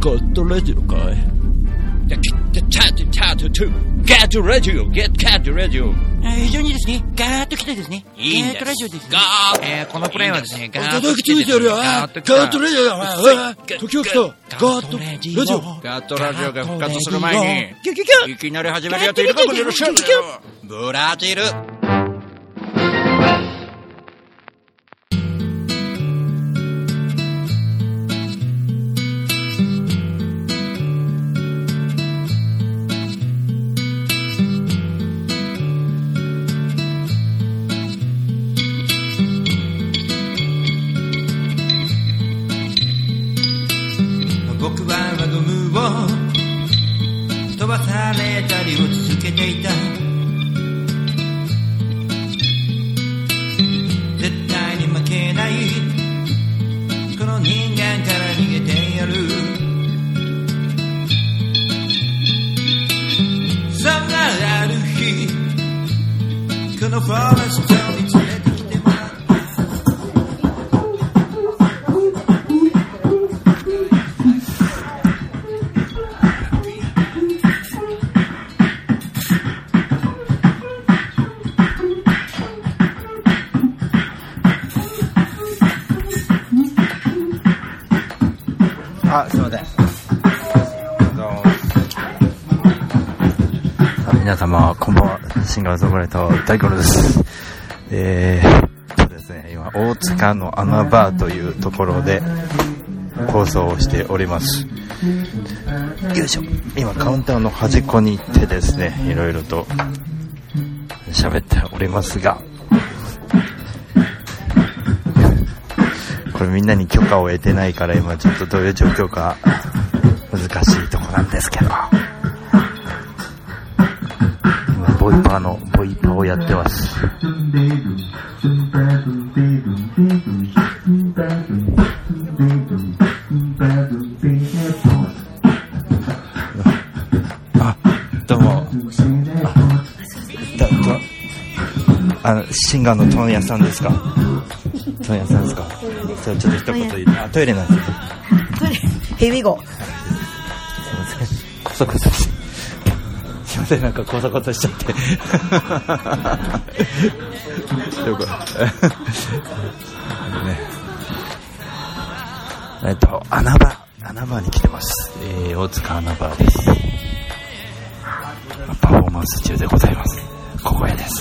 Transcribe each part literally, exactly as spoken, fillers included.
ットラジオかい。ゲットラジオ、ゲットラジオ。 非常にですね、ガーッと来てですね。 いいんです。 ガーッとラジオですね。 ガーッ、 えー、このプレイはですね、ガーッと来てですね。 ガーッと来た。ガーッとラジオだ。時を来た。ガーッとラジオ。ガーッとラジオが復活する前に、いきなり始めるやついるかもしれません。ブラジル。 僕は輪ゴムを飛ばされたりを続けていた。絶対に負けないこの人間から逃げてやる。そんなある日このフォレストに連れてきてもらった。 あ、すいません。皆様こんばんは。シンガーソングライター大五郎です。えー、そうですね、今大塚の穴場というところで放送をしております。よいしょ。今カウンターの端っこに行ってですね、いろいろと喋っておりますが、これみんなに許可を得てないから今ちょっとどういう状況か難しいとこなんですけど、今ボイパーのボイパーをやってます。あ、どうも。あ、だとあのシンガーの問屋さんですか？問屋さんですか？じゃあちょっと一言言って、あ、トイレなんです。 トイレ、ヘビゴ。 すいません、コソコソして、すいません、なんかコソコソしちゃってよくね、えっと穴場穴場に来てます。えー、大塚穴場です。パフォーマンス中でございます。ここへです。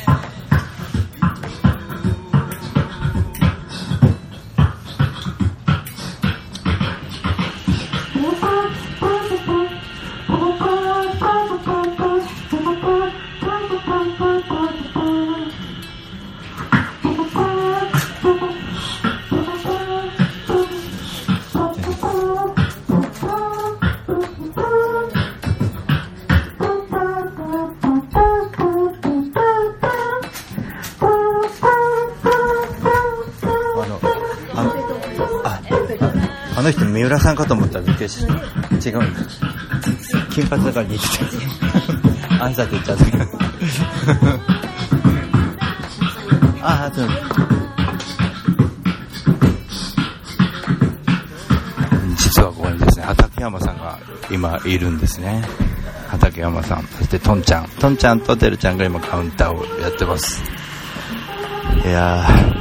あの人三浦さんかと思ったらびっくりした。違うんだ。金髪だから似てた。挨拶言っちゃった。ああ、そう。実はここにですね、畠山さんが今いるんですね。畠山さん、そしてトンちゃん、トンちゃんとテルちゃんが今カウンターをやってます。いやー。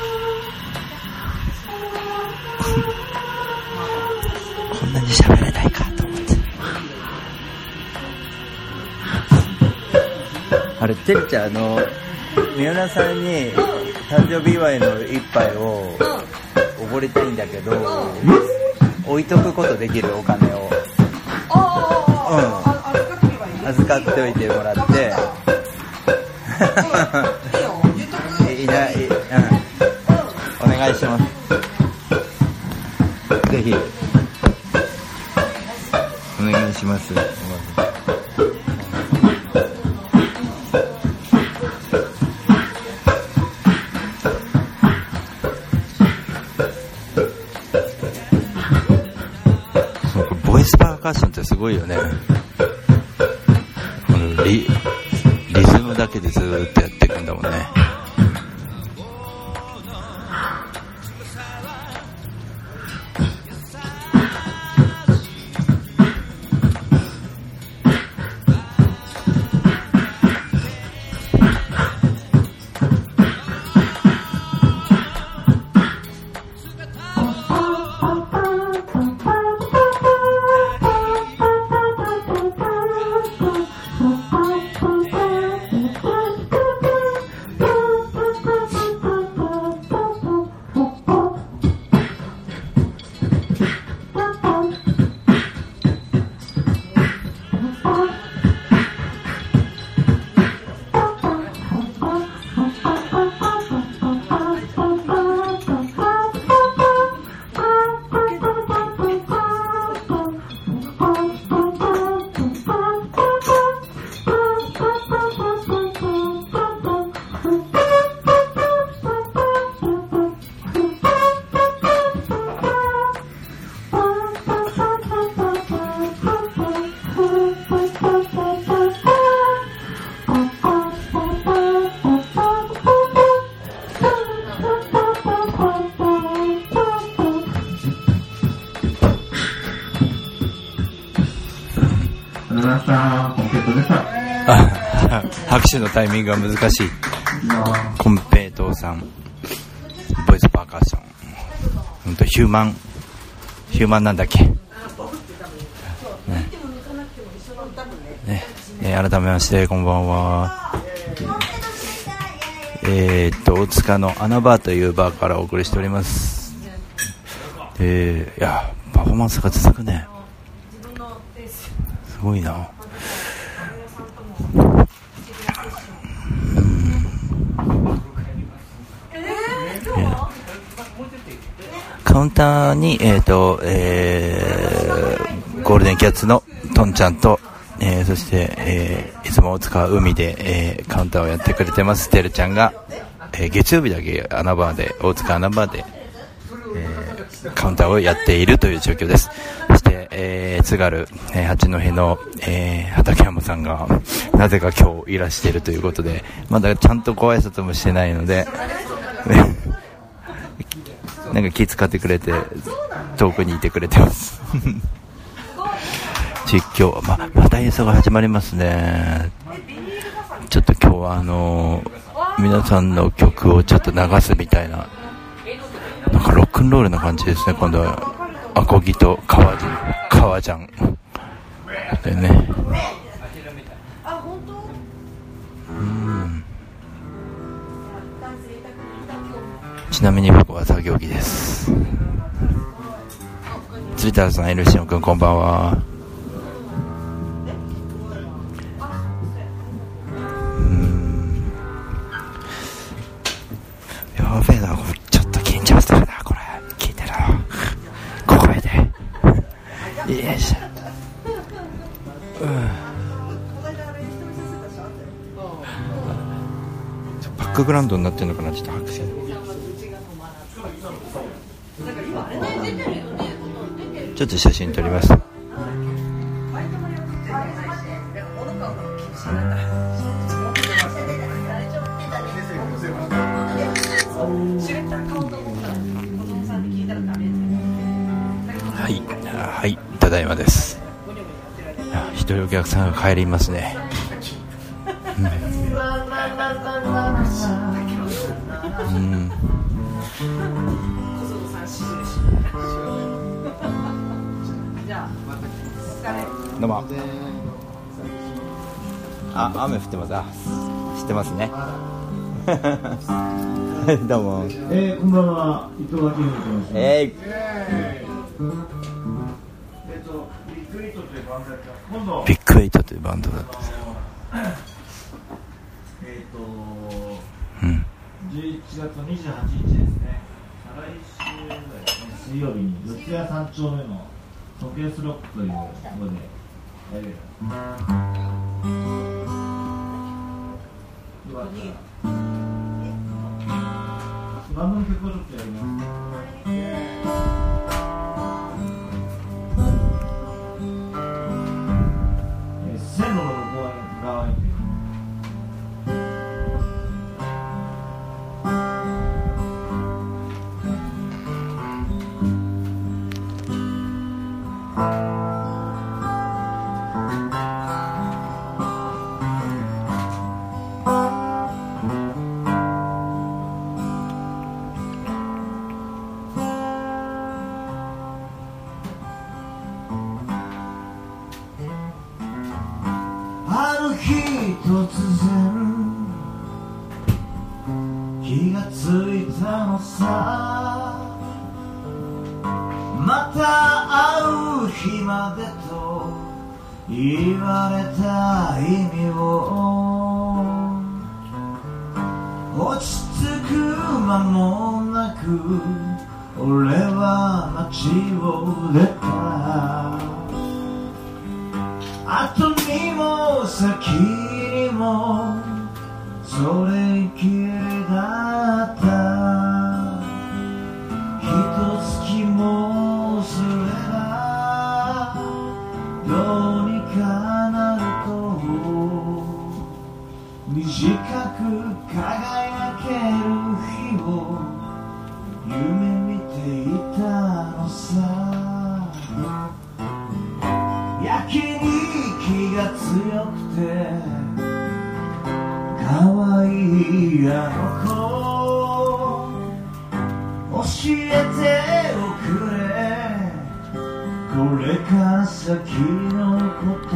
こんなに喋れないかと思って。あれ、てるちゃん、あの三浦さんに誕生日祝いの一杯をおごりたいんだけど、置いとくことできる？お金を。うん。預かっておいてもらって。いない、うん。お願いします。ぜひ。お願いします。ボイスパーカッションってすごいよね。この リ, リズムだけでずーっとやっていくんだもんね。 したコンペイトでした。 あ拍手のタイミングが難しい。コンペイトさんボイスパーカッション、ほんとヒューマンヒューマンなんだっけ、ねねね、改めましてこんばんは。えー、っと大塚の穴バーというバーからお送りしております。えー、いやパフォーマンスが続くね、すごいな。カウンターに、えーとえー、ゴールデンキャッツのトンちゃんと、えー、そして、えー、いつも大塚海で、えー、カウンターをやってくれてますてるちゃんが、えー、月曜日だけ穴場で大塚穴場で、えー、カウンターをやっているという状況です。そして、えー、津軽、えー、八戸の、えー、畠山さんがなぜか今日いらしているということで、まだちゃんとご挨拶もしてないのでなんか気遣ってくれて遠くにいてくれてます実況、ま、また演奏が始まりますね。ちょっと今日はあのー、皆さんの曲をちょっと流すみたいな、なんかロックンロールな感じですね。今度はアコギと革ジャン革ジャンでね、ちなみに僕は作業着です。釣り太郎さん、エルシオン君こんばんは。うーん、やべえな、ちょっと緊張してるな、これ聞いてる小声でよいしょ、うん、バックグラウンドになってるのかな、ちょっと拍手ちょっと写真撮ります。はいはい、ただいまです。一人お客さんが帰りますね、うん、うんどうも。あ、雨降ってます。あ、知ってますねどうも。 えー、こんばんは、伊藤明宏と申します。 えー、 えーとビッグエイトというバンドだった今度ビッグエイトというバンドだったえーと、 うん、 じゅういちがつにじゅうはちにちですね、再来週ぐらいですね、水曜日に四谷三丁目のソケースロックというところでやれる。よかったらバンドの曲をちょっとやります。えー、線路の向こう側に突然気がついたのさ、また会う日までと言われた意味を、落ち着く間もなく俺は街を出た。後にも先にもそれきりだった。ひと月もすればどうにかなると短く輝ける日を夢見ていたのさ。やけに気がつ教えておくれこれから先のこと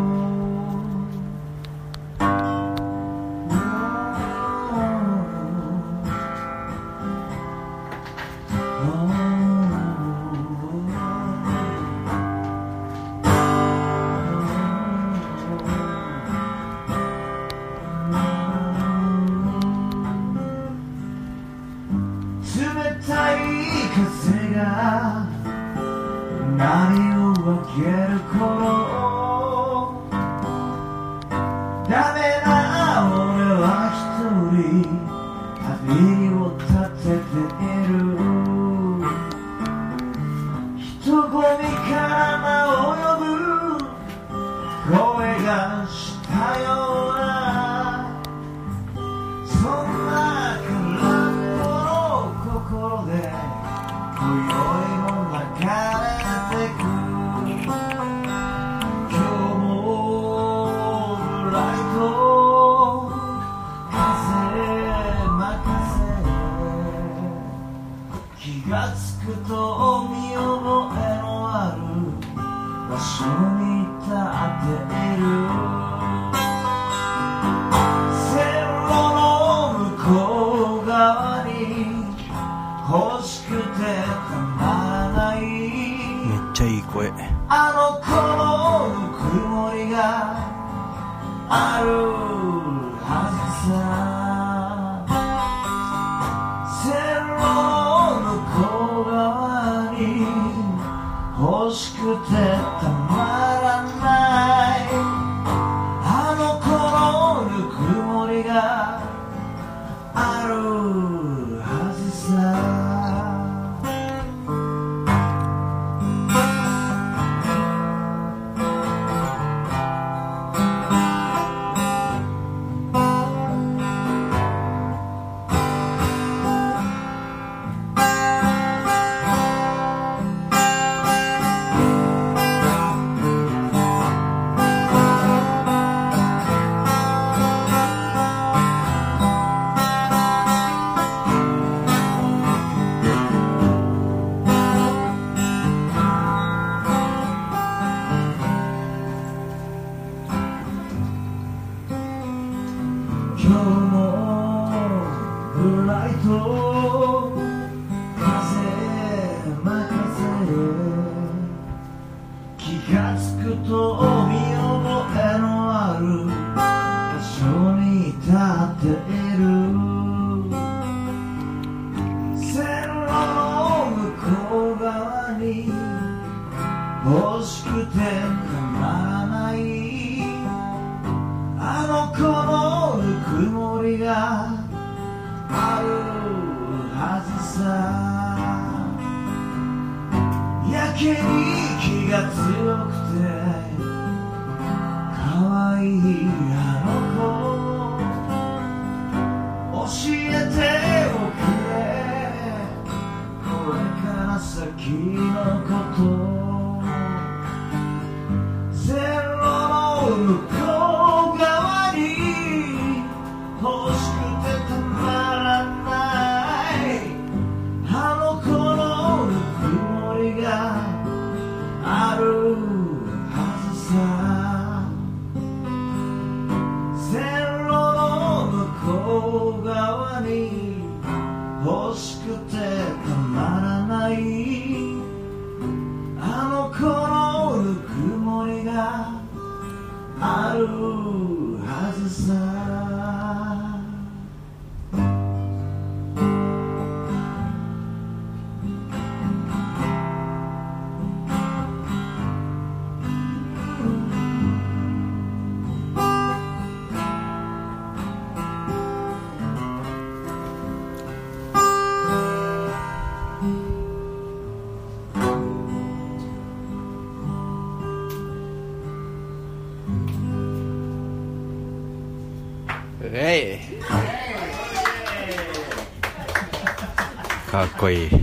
かっこいい。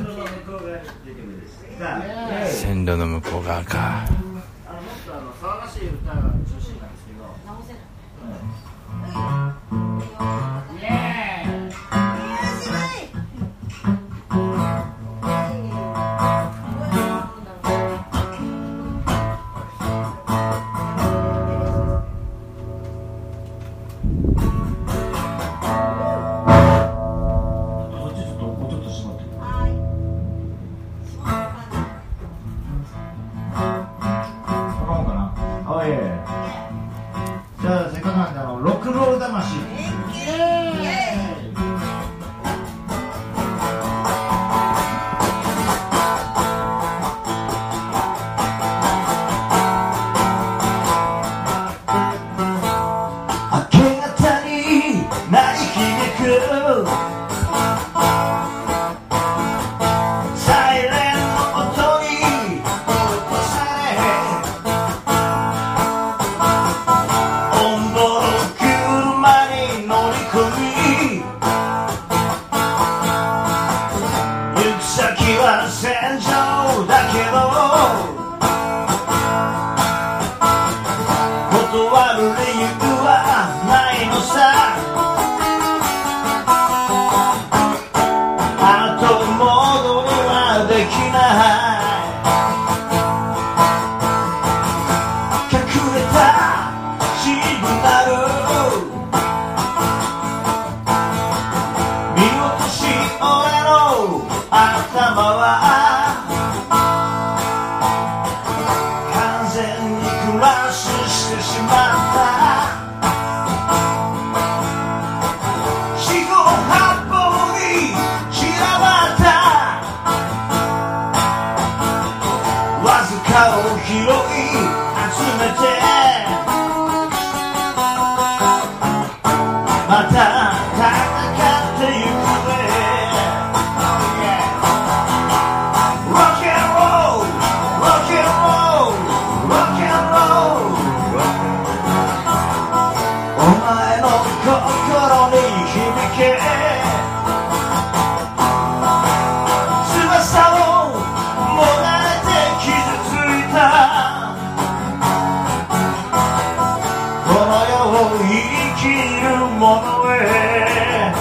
線路の向こう側か。 あのもっとあの騒がしい歌が調子いいなんですけど。直せない。イエーイ。 は戦場だけど断る理由はないのさ後戻りはできない隠れたシグナル見落とし俺の頭は完全にクラッシュしてしまった四方八方に散らばったわずかを拾い集めてまた戦ってゆくぜRock and roll, rock and roll, rock and roll お前の心に響け翼をもがれて傷ついたこの世を生きる者へ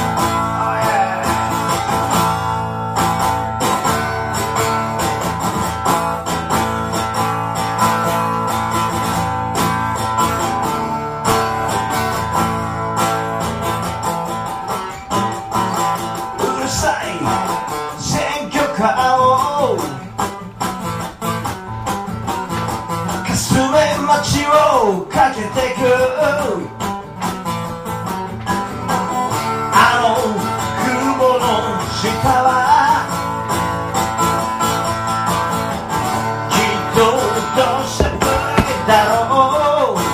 うるさい選挙カーをかすめ街をかけてくあの雲の下はきっとどうしたぶりだろう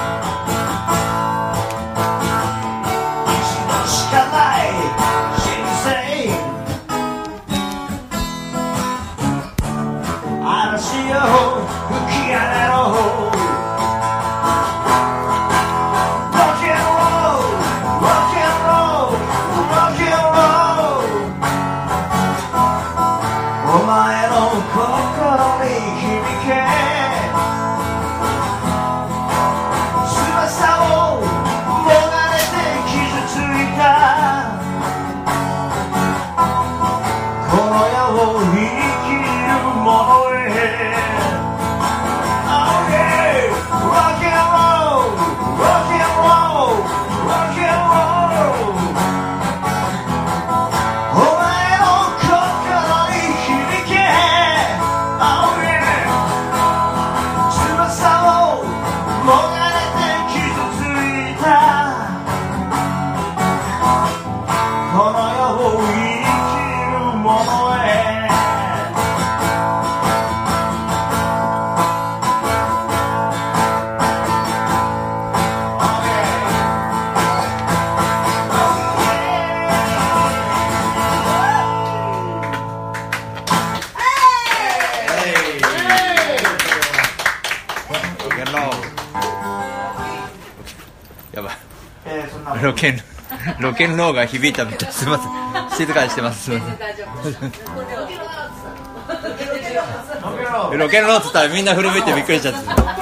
一度しかない人生嵐を吹き荒れろRock and roll, rock and roll, rock and roll お前の心に響け翼をもがれて傷ついたこの世を生きる者へOh yeah, rock and roll, rock and roll, rock and roll お前の心に響け Oh yeah 翼をもがれて傷ついたこの世を生きる者へやばい。 えーそんなロケン、ロケンローが響いたみたい。すみません。静かにしてます。すみません。ロケンローっつったらみんな振り向いてびっくりしちゃって。 ロケンロー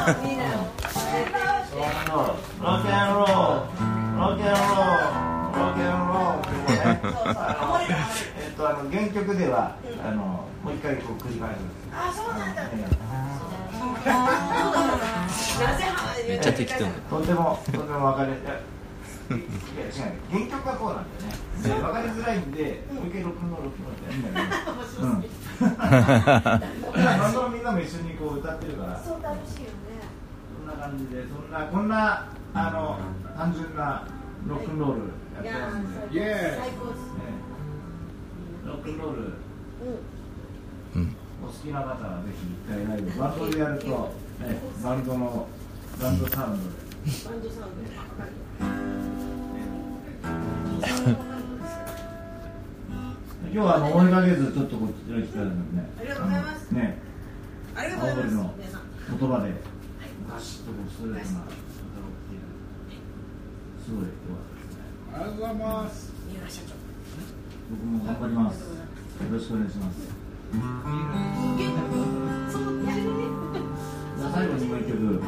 ロケンローロケンローロケンローってねえっとあの原曲ではあのもう一回こう繰り返すあそうなんだめっちゃ適当。 とてもとても分かりいや違う原曲がこうなんだよね分かりづらいんでもう一回ロックンローロックンローってやるんだよねバンドのみんなも一緒にこう歌ってるからそう楽しいよねそんな感じでそんなこんなあの単純なロックンロールやってますんで、最高ですね。ロックンロール、うん、お好きな方はぜひ一回ライブバンドでやると、ね、バンドのバンドサウンドでバンドサウンドで今日はあの思いがけずちょっとこちらに来たんでね。ありがとうございます。ね、ありがとうございます。青森の言葉でガシッとこうストレートな歌を聴いてすごい良かったですね。ありがとうございます。三浦社長。僕も頑張ります。 ろしくお願いします。最後にもう一曲。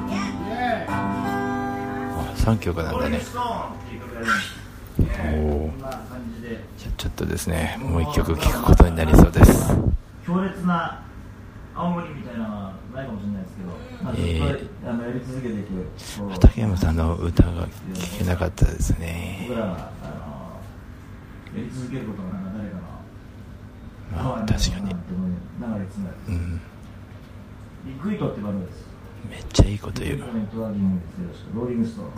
あ、さんきょくなんだね。おお。じゃあちょっとですね、もう一曲聴くことになりそうです。 強烈な青森みたいなのはないかもしれないですけど、まあ、ずっと、あのやり続けていく。 畠山さんの歌が聴けなかったですね。 僕らはあのやり続けることが誰かの、 まあ確かに。 流れつながる。うん。ビッグイートってバンドです。 めっちゃいいこと言う。 ローリングストーン。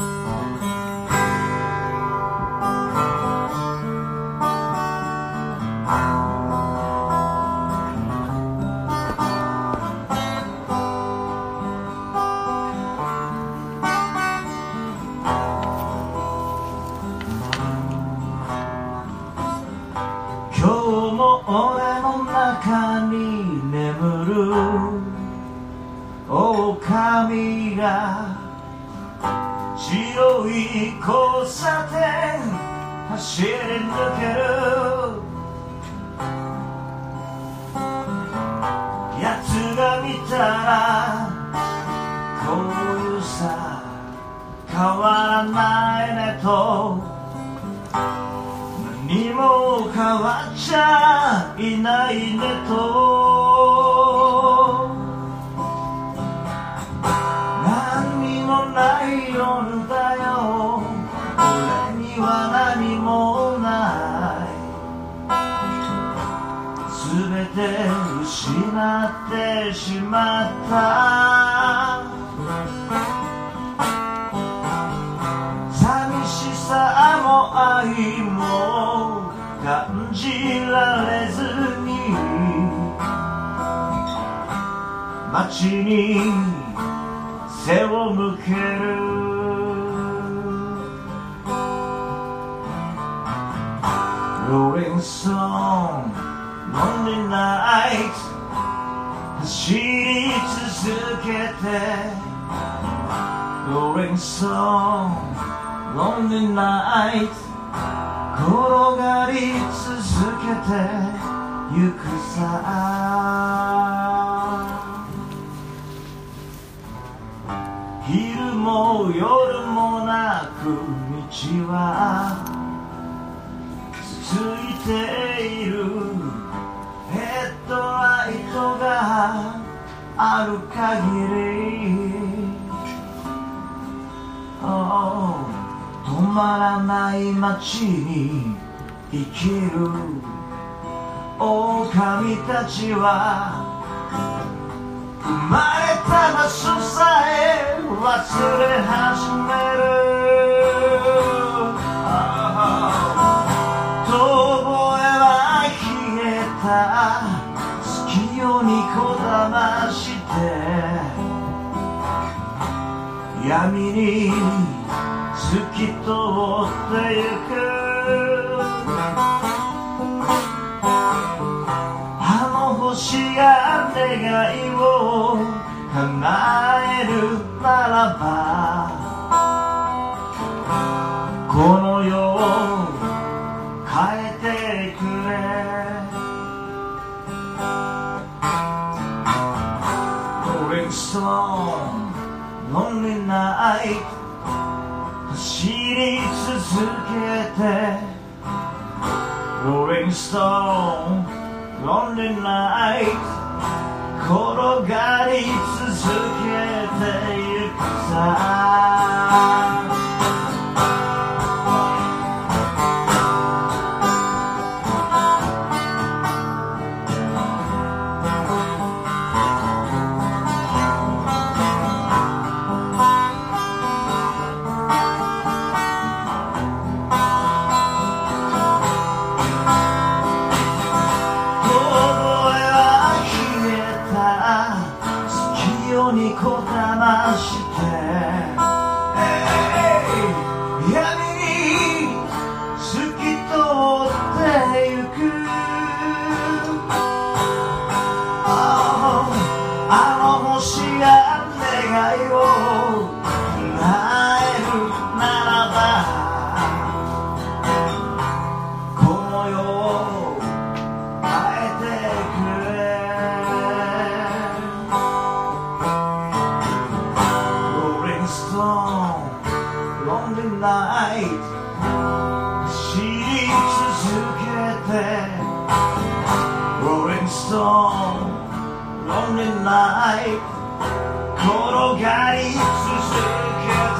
今日も俺の中に眠る狼が白い交差点走り抜ける。奴が見たらこういうさ変わらないねと、何も変わっちゃいないねと、ない夜だよ、俺には何もない、すべて失ってしまった。寂しさも愛も感じられずに街に背を向ける。Rolling Stone Lonely Night 走り続けて Rolling Stone Lonely Night 転がり続けてゆくさ。昼も夜もなく道は続いている。ヘッドライトがある限り、oh、止まらない街に生きる狼たちは生まれた場所さえ忘れ始める。遠吠えは消えた。月夜にこだまして闇に透き通ってゆく。あの星が願いを叶えるならば、この世を変えてくれ。 Rolling Stone Lonely Night 走り続けて Rolling Stone Lonely Night 転がり続けてゆくさ。にこだましてない転がり続けて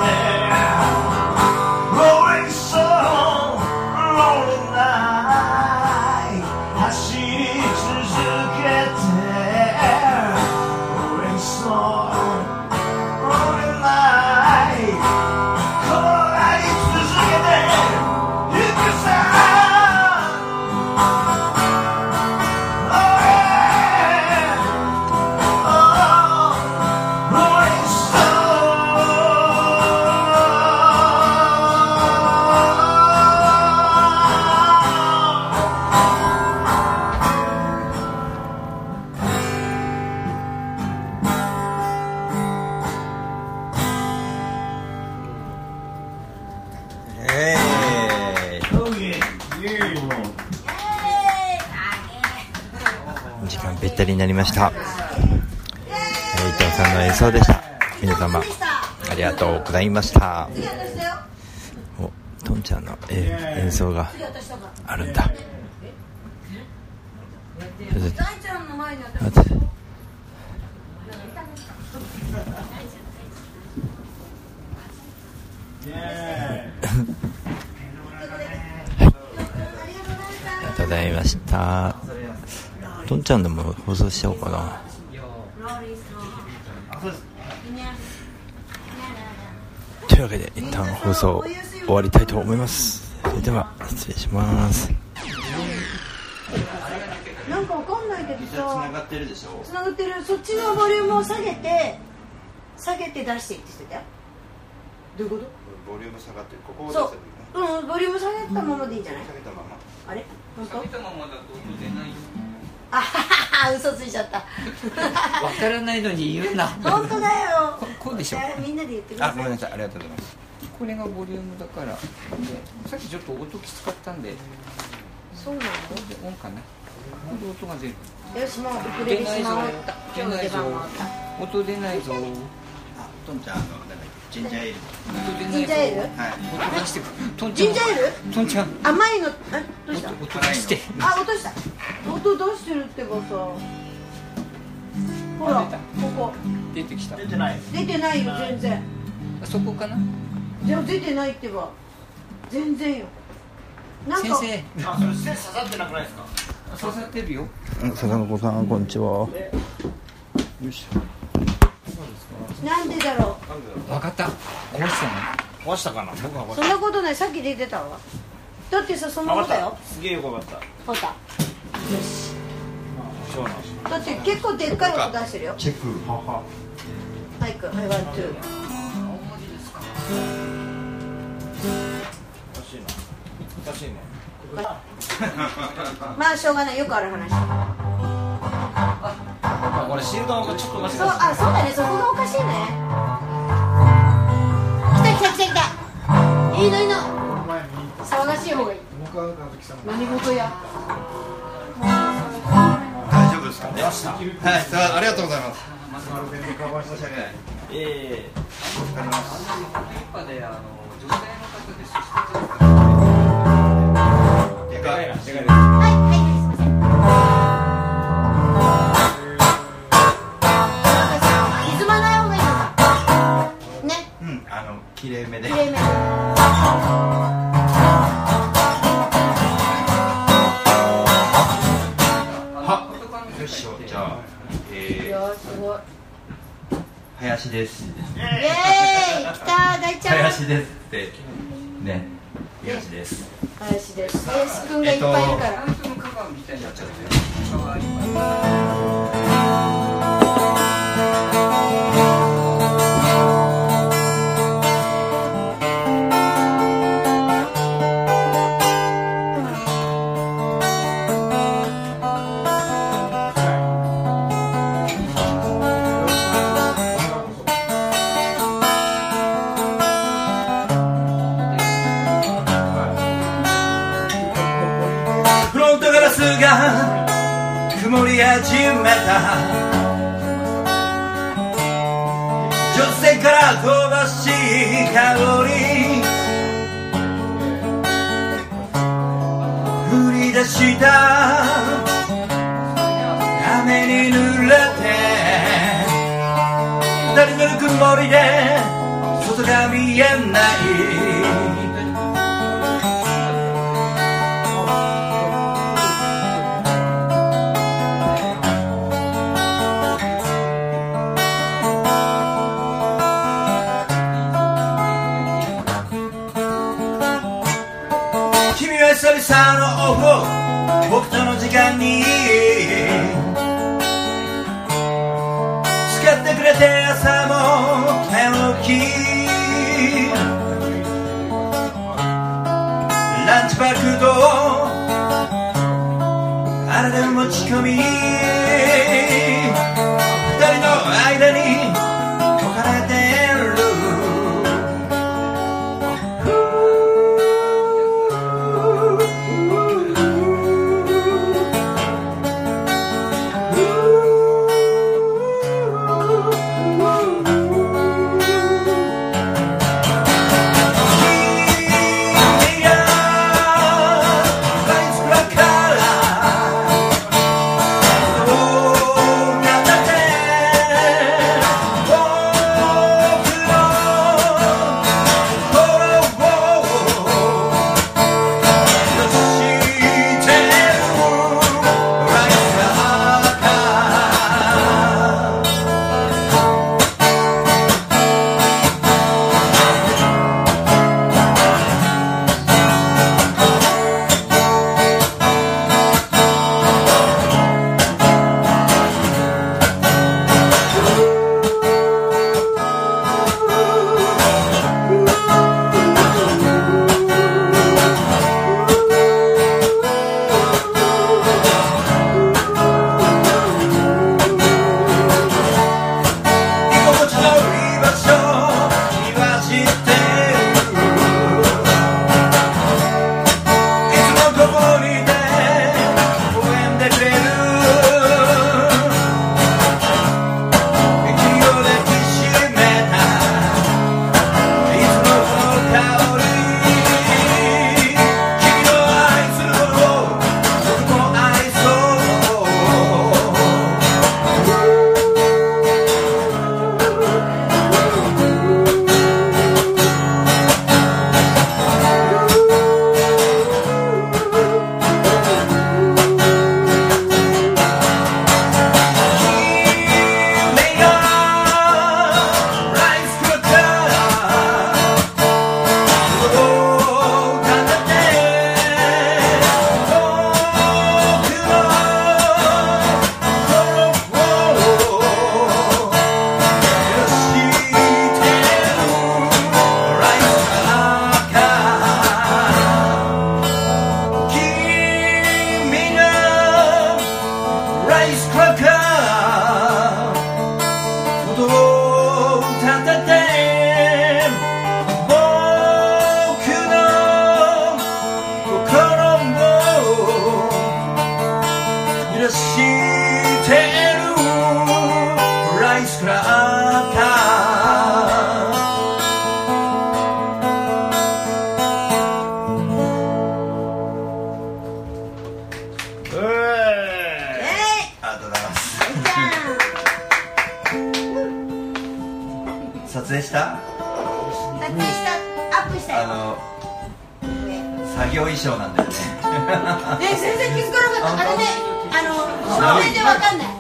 Rolling Stone Rolling Night 走り続けて Rolling Stone Rolling Night 転がり続けて行くさ時間ぺったりになりました。伊藤さんの演奏でした。皆様ありがとうございました。お、とんちゃんの、えー、演奏があるんだ。ありがとうございました。とんちゃんでも放送しちゃおうかな。というわけで一旦放送終わりたいと思います。それでは失礼します。 なんかわかんないけどさ、 繋がってるでしょ。 繋がってる。そっちのボリュームを下げて下げて出してって言ってたよ。どういうこと？ ボリューム下がってる。ここを出そうせばいいの？ うん、ボリューム下げたままでいいんじゃない？ 下げたまま。 あれ？本当？ 下げたままだと音出ないよ。 あはは、嘘ついちゃった。 わからないのに言うな。 本当だよ。 ここうでしょ。 みんなで言ってください。 あ、ごめんなさい、ありがとうございます。 これがボリュームだからで、さっきちょっと音きつかったんで、 そうなの？ オンかな。これで音が出る。 よし、もうウクレレしまおった。今日の出番終わった。 音出ないぞ。 あ、とんちゃん、あの、ジンジャーエール。 音出ないぞ。 ジンジャーエール？ はい。 音出してく。とんちゃん。 ジンジャーエール？ とんちゃん。 甘いの、あ、どうした？ 音出して。 あ、落とした。音出してるってばさ。ほら、ここ。 出てきた。 出てない出てないよ、全然。 あそこかな。 じゃあ出てないってば。全然よ。なんか。 先生。 あ、それ線刺さってなくないですか？ 刺さってるよ。 坂本さん、こんにちは。よいしょ。 なんでだろわかった。壊したの。 壊したかな？僕が壊う。 しそんなことない、さっき出てたわ。だってさ、そのままだよ。 た。すげえよくわかった。 ほた。よし。 そうなんですよ。 だって結構でっかい音出してるよ。 チェック。 はは。 マイク、I want to。 おかしいな。おかしいね。 まあしょうがない、よくある話。 あ、これシールドがちょっとおかしい。 そう、あ、そうだね、そこがおかしいね。来た来た来た来た。いいのいいの。騒がしい方がいい。何事や。 大丈夫ですかね。 出ました。 はい、さあ、ありがとうございます。申し訳ない。 ええ。 わかります。 一派であの女性の方です。 でかいな。でかいな。 はい、はい、すみません。歪まない方がいいのか。ね。 うん、あの、綺麗めで。 綺麗め。 よいしょ、じゃあ、えいやー、すごい。 ー、林です。 イエーイ、来た、大ちゃん。 林ですって。ね、林です。 林です。林くんがいっぱいいるから。 本当のカバーみたいになっちゃって。可愛い。 フロントガラスが曇り始めた。女性から香ばしい香り降り出した雨に濡れて曇りで外が見えない君は久々のオフ僕との時間に使ってくれて朝も早起きランチパックとあれで持ち込み二人の間に置かれてる撮影した撮影したアップしたよ。 あの作業衣装なんだよね。 ね全然気づかなかった。あれねあの全然わかんない。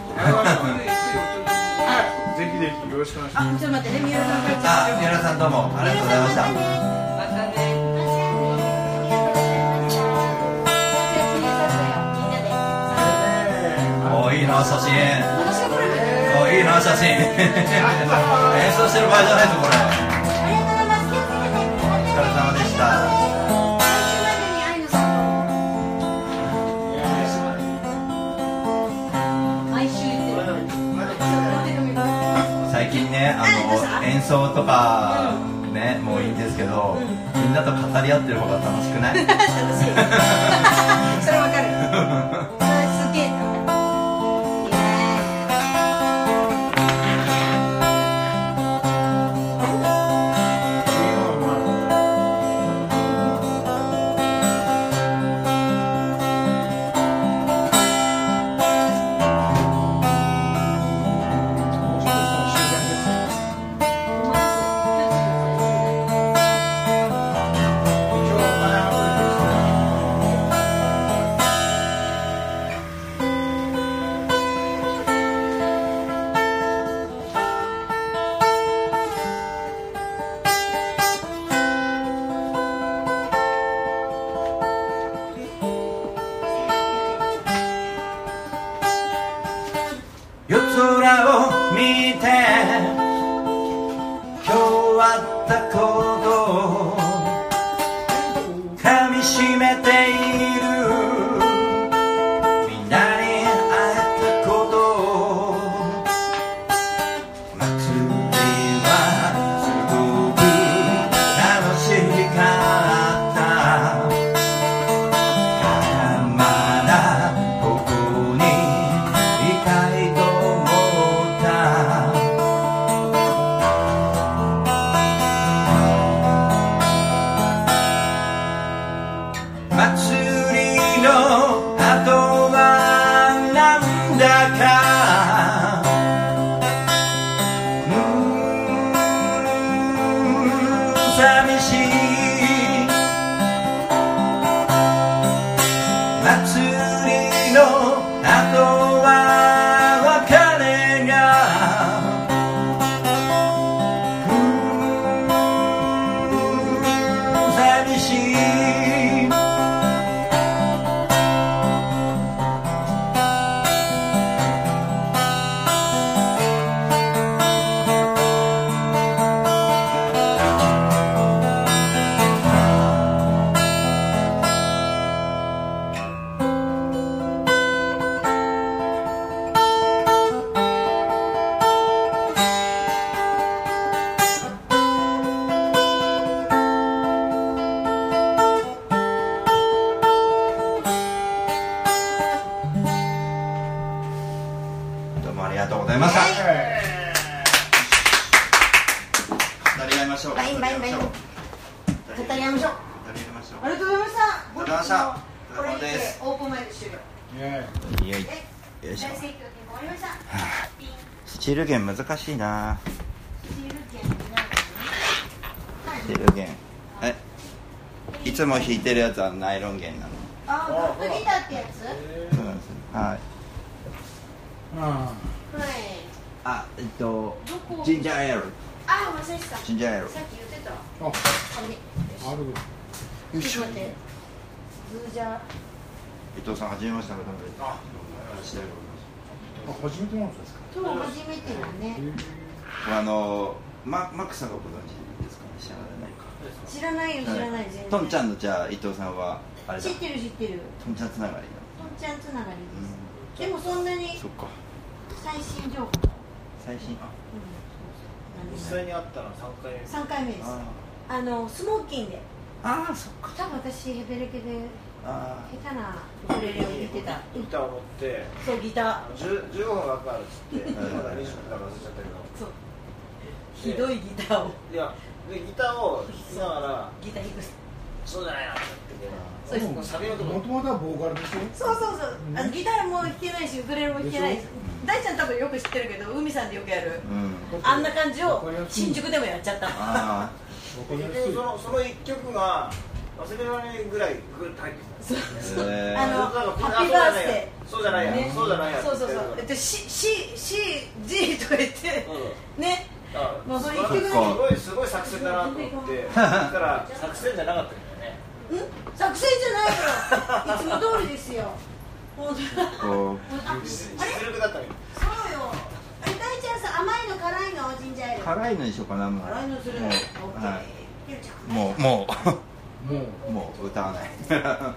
ぜひぜひよろしくお願いします。 あちょっと待ってね三浦さん。 あ三浦さんどうもありがとうございました。おいいな写真。おいいな写真。演奏してる場合じゃないぞこれ。 ありがとうございます。 お疲れ様でした。最近ねあの演奏とかねもういいんですけど、みんなと語り合ってる方が楽しくない？ 楽しい。それわかる。すげえ。 空を見て今日あったことを噛みしめているみんなに会えたこと祭りはすごく楽しかったからまだここにいたいと思った祭りの後はなんだかうーん寂しい祭りの後は別れがうーん寂しいどうもありがとうございました。語り合いましょう。 バインバインバイン。語り合いましょう。 語り合いましょう。 ありがとうございました。 ありがとうございましたこれでオープンマイク終了。 いやいえ、 よいしょ大盛況で終わりました。ピンスチール弦難しいな。 シール券になるスチール弦えいつも弾いてるやつはナイロン弦なの。 あ、グッドギターってやつ？ そうなんですね。はい。 はい。 あ、えっとどこジンジャーエールあ、忘れてた。 ジンジャーエールさっき言ってた。 ああれ。 あるよし。ちょっと待って。グージャー。 伊藤さんはじめまして。あ、私でございあ初めてなんですか今日初めてだね。 ます。あのママックさんがご存知ですかね。知らないか。 知らないよ、知らない全然。 トンちゃんのじゃあ伊藤さんはあれだ。 知ってる知ってる。 トンちゃんつながりとんちゃんつながりな。 です。でもそんなにそっか。 最新情報。 最新。あ、 うん。 実際に会ったのはさんかいめ三回目です。あのスモーキンで。 ああ、そっか。 多分私ヘベレケであ下手なウクレレを弾いてた。 ギターを持ってそうギター。 じゅうごふんかかるっつってまだにじゅっぷんだから忘れちゃったけどそう。ひどいギターを。 いやでギターを弾きながらギター弾く。 そうじゃないなってそうです言って下げようと思ってもともとはボーカルでしょ。 そうそうそう。あのギターも弾けないしウクレレも弾けないし。大ちゃん多分よく知ってるけど海さんでよくやる。 うん。 あんな感じを新宿でもやっちゃったの。 あでそのその一曲が忘れられないぐらいグッと入ってきたんですよそうそう。 へーあのハッピーバースデー。 そうじゃないやねそうじゃないやそうそうそう。で C C C G とか言ってそうそうね。 あまあそれす一曲そだけ。 ごいすごい作戦だなと思ってだから作戦じゃなかったんだよねうん？作戦じゃないからいつも通りですよ。本当だ。 あ、こあ実あれ力だったのよそうよ。あれ大ちゃんさ甘いの辛いのジンジャーエーうル。 辛いのにしようかな。もう。 辛いのするの。 もうオッケーは。 ゆるちゃんい。もうももうもう歌わない。 大ちゃんが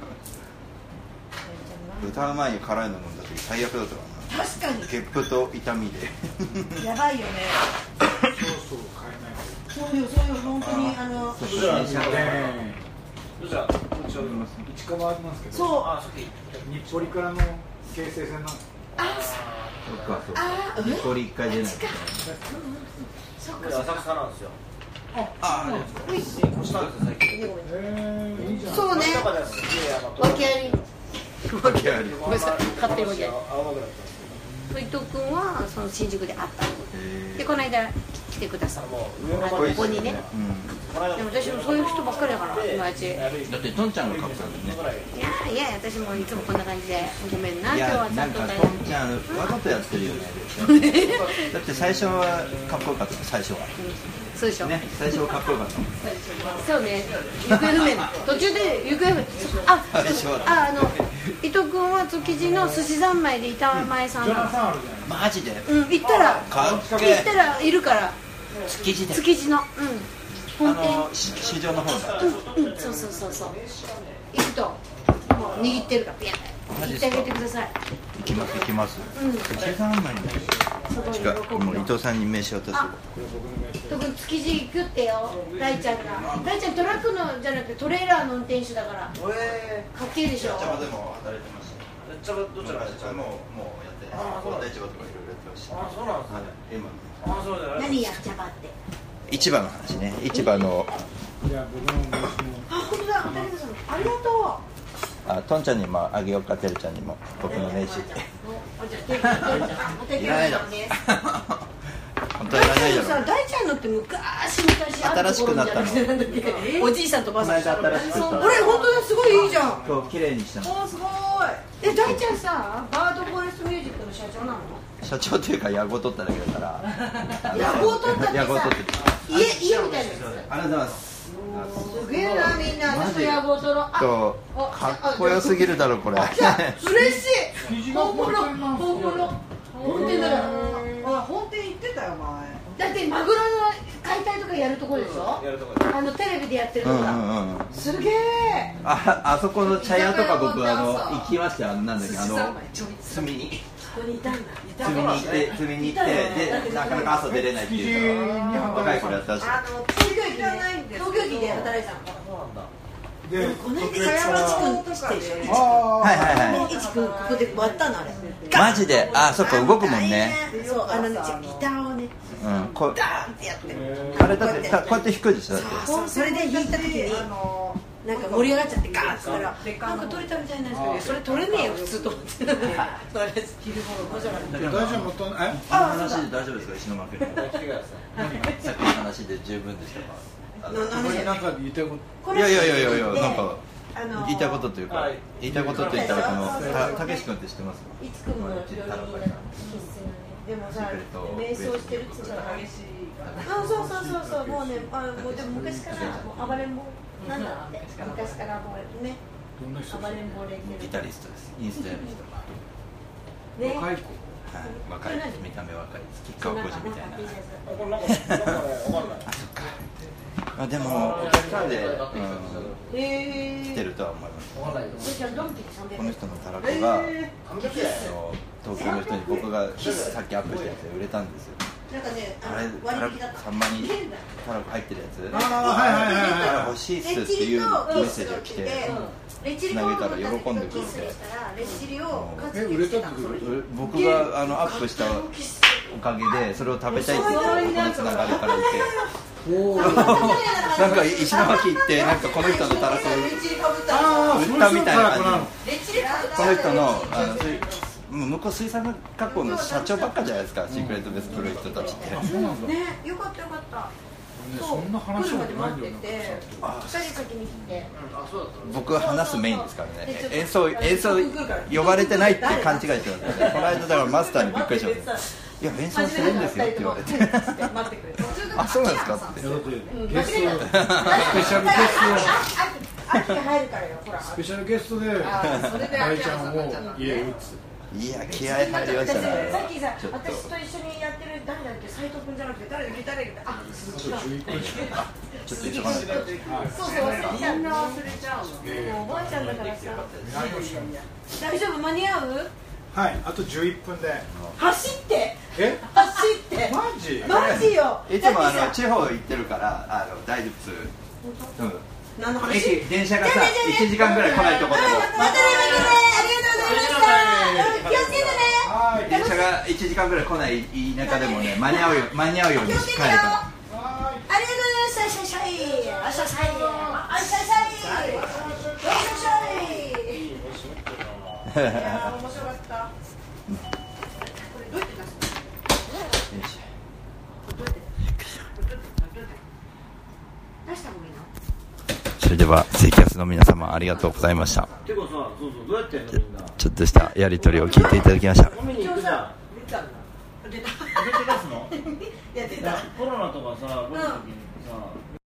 歌う前に辛いの飲んだ時最悪だったか確かにな。ゲップと痛みで。 やばいよね。 そろそろ買えないの。 そうよそうよ本当にあのそうじゃねえどうしたこんにちは市川ありますけど。 そうあさっき日暮里からの京成線なんです。 あそっかそっか。 あー残り一回出ない。 そっこれ浅かそっか。 草なんですよあうい引っ越したんですよ最近でごめんええいいじゃん。 そうね真ん中です家訳あり。 あ。わけあり。 ごめんなさい勝手に訳あり。 青葉区だったんです伊藤君はその新宿で会ったの。 へでこの間来てくださっけどもう上た。 のここにね。 うん。 この間でも私もそういう人ばっかりだから友達。いやだってトンちゃんが買ったんだよね。 いや私もいつもこんな感じでごめんな今い日はやなんかちゃんと大トンじゃあ、あのわざとやってるよねだって最初はかっこよかった最初は、 うん、そうでしょ、 ね、最初はかっこよかったそうね、行方不明途中で行方不明あ、あ、あの伊藤君は築地の寿司三昧で板前さんなの、 マジで、 うん、行ったらかっけ行ったらいるから築地で築地の、うん、本店、 あの市場の方だ、 うん、うん、そうそうそうそう行くともう握ってるからピャン行ってあげてください。 行きます行きます。 うん。 築地三昧に近い。もう伊藤さんに名刺渡す。 特に築地行くってよ、大ちゃんが。大ちゃんトラックのじゃなくてトレーラーの運転手だから。ええ。かっけえでしょ。 茶葉でも働いてました。茶葉どちらかもうもうやって。ああ、そうだ。市場とかいろいろやってました。あ、そうなんですね。今。あ、そうだ。 何や茶葉って。 市場の話ね。市場の。 いや僕の名刺も。 あ、本当だ。ありがとう。 あ、トンちゃんにもあげようか、てるちゃんにも僕の名刺。いらないだろ。本当いらないだろ。 さ、大ちゃんのって昔昔新しくなったの。 おじいさんとばあさん。 新しくなった。 これ本当だ、すごいいいじゃん。 今日綺麗にしたの。 お、すごい。え、大ちゃんさ、バードフォレストミュージックの社長なの？ 社長というか野号取っただけだから。 野号取ったってさ。 野号取って。 家家みたいなやつ。 ありがとうございます。 すげえな、みんな。私と野号取ろう。 とかっこよすぎるだろこれ。 嬉しい。本物本物本店だから。あ、本店行ってたよ前。だってマグロの解体とかやるところでしょ。あのテレビでやってるとか。すげえ。 あ、あそこの茶屋とか僕あの行きましたよ。なんだっけ、あの積みに。 ここにいたんだ。 積みに行って積みに行ってでなかなか朝出れないっていうの若い頃やったらしい。 あの東京駅東京駅で働いてたの。で、この間茅山地君とかでしょ。 はいはいはい。 いちくんここで割ったのあれ。 マジで、あ、そっか動くもんね。 そう、あのね、ギターをね、 うん、こうダーンってやってる。 あれだってこうやって弾くでしょ。だって。 そう、それで弾いた時になんか盛り上がっちゃってガーッつったらなんか取れたみたいなんですけど、それ取れねえよ普通と思って。とりあえず昼頃面白かった。 大丈夫とえ？ あ、話で大丈夫ですか、石巻君。さっきの話で十分でしたか。 これなんか言いたいこと。 いやいやいやいやいや、なんか言いたいことというか、言いたいことと言ったらこのたけし君って知ってます？ いつくんの料理でもさ、瞑想してるっつうから激しい。あ、そうそうそうそう、もうね、あ、もうでも昔からもう暴れん坊なんだって、昔からもうね、暴れん坊でギタリストです。インストやる人。 ね。 若い子。 はい、若いです。見た目若いです。吉川晃司みたいな。あ、そっか。あ、でもお客さんで、うん、来てるとは思います。この人のタラコが、東京の人に僕がさっきアップしたやつで売れたんですよ。 なんかね、 あれ、タラコサンマにタラコ入ってるやつ。 ああ、はいはいはいタラコ欲しいっすっていうメッセージが来て、つなげたら喜んでくれて。 え、売れたって僕があのアップしたおかげでそれを食べたいって言ったらこのつながりからいて。なんか石巻行ってなんかこの人のタラコを売ったみたいな感じ。この人のあの向こう水産加工の社長ばっかじゃないですか、シークレットベースプロの人たちって。 ね、よかったよかった。 そんな話もないんだよな。二人先に来て。 僕は話すメインですからね。演奏演奏呼ばれてないって勘違いしてます。この間だからマスターにびっくりしました。いや、演奏するんですよって言われて。あ、そうなんですかって。 ゲスト、スペシャルゲスト。 秋が入るからよ、ほら。 スペシャルゲストで大ちゃんを入れるっつ。 いや、気合入りましたね。 さっきさ、私と一緒にやってる誰だっけ、斉藤君じゃなくて誰だっけ、誰だっけ、あ、鈴木だ。 ちょっと急がないと。 そうそう、忘れちゃう。みんな忘れちゃうの。もうおばあちゃんだからさ。大丈夫、間に合う？ はい、あとじゅういっぷんで。 走って。 え？ 走って。 マジ？ マジよ。 いつもあの地方行ってるからあの大丈夫です。うん。 何の話？ 駅電車がさいちじかんぐらい来ないところでも。 またねまたね、ありがとうございました。気をつけてね。 電車がいちじかんぐらい来ない田舎でもね、間に合うよ間に合うように帰るから。 ありがとうございました。シャシャイ、あシャシャイ、あシャシャイ、あシャシャイ。いや面白かった。これどうやって出すの？よし。どうやって出した方がいいの？ それではツイキャスの皆様ありがとうございました。 てかさ、そうそう、どうやってんのみんな。 ちょっとしたやり取りを聞いていただきました。 飲みに行くじゃん。 出た出た出て出すの？ いや出たコロナとかさ、僕の時にさ。